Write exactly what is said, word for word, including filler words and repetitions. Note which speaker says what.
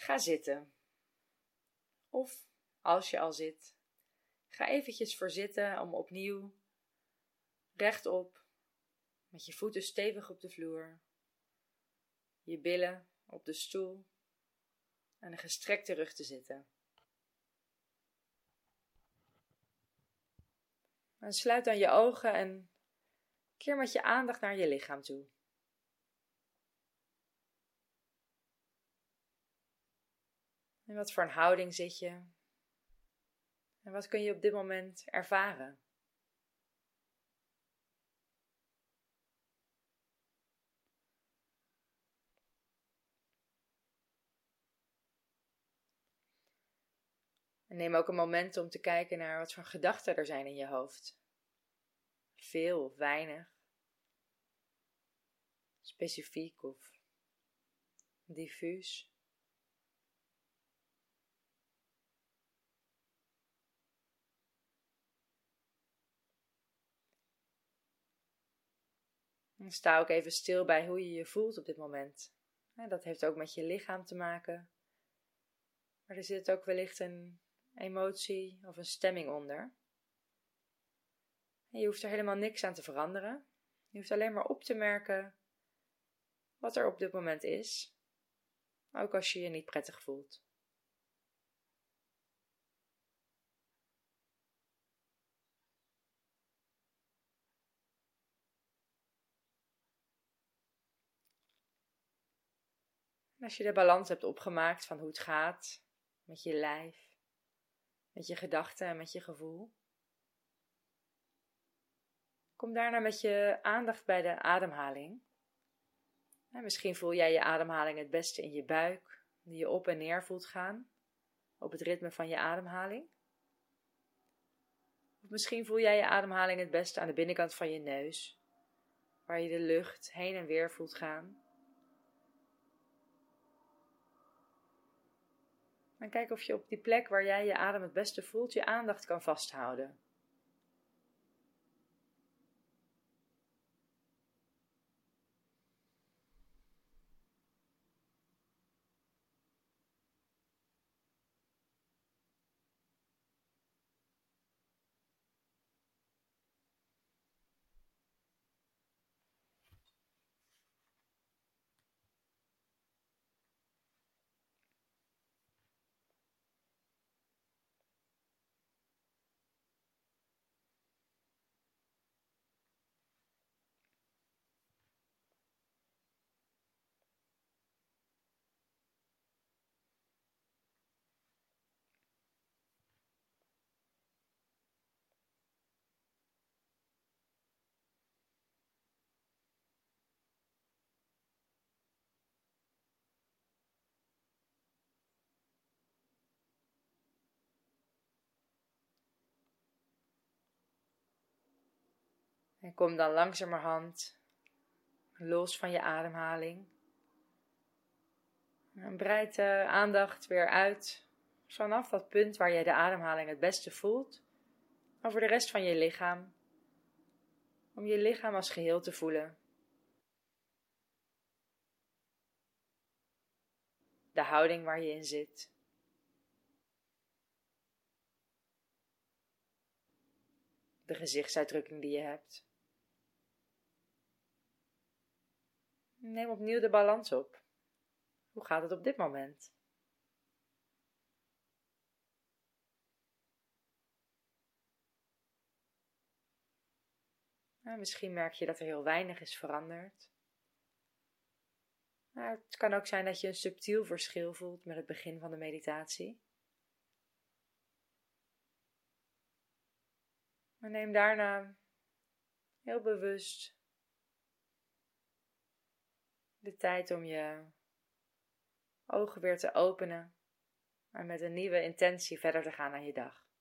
Speaker 1: Ga zitten. Of, als je al zit, ga eventjes voor zitten om opnieuw rechtop, met je voeten stevig op de vloer, je billen op de stoel en een gestrekte rug te zitten. En sluit dan je ogen en keer met je aandacht naar je lichaam toe. In wat voor een houding zit je? En wat kun je op dit moment ervaren? En neem ook een moment om te kijken naar wat voor gedachten er zijn in je hoofd. Veel of weinig. Specifiek of diffuus. En sta ook even stil bij hoe je je voelt op dit moment. Dat heeft ook met je lichaam te maken. Maar er zit ook wellicht een emotie of een stemming onder. En je hoeft er helemaal niks aan te veranderen. Je hoeft alleen maar op te merken wat er op dit moment is. Ook als je je niet prettig voelt. En als je de balans hebt opgemaakt van hoe het gaat met je lijf, met je gedachten en met je gevoel, kom daarna met je aandacht bij de ademhaling. En misschien voel jij je ademhaling het beste in je buik, die je op en neer voelt gaan, op het ritme van je ademhaling. Of misschien voel jij je ademhaling het beste aan de binnenkant van je neus, waar je de lucht heen en weer voelt gaan. En kijk of je op die plek waar jij je adem het beste voelt, je aandacht kan vasthouden. En kom dan langzamerhand los van je ademhaling. En breid de aandacht weer uit vanaf dat punt waar je de ademhaling het beste voelt, over de rest van je lichaam, om je lichaam als geheel te voelen. De houding waar je in zit. De gezichtsuitdrukking die je hebt. Neem opnieuw de balans op. Hoe gaat het op dit moment? Nou, misschien merk je dat er heel weinig is veranderd. Maar het kan ook zijn dat je een subtiel verschil voelt met het begin van de meditatie. Maar neem daarna heel bewust de tijd om je ogen weer te openen en met een nieuwe intentie verder te gaan aan je dag.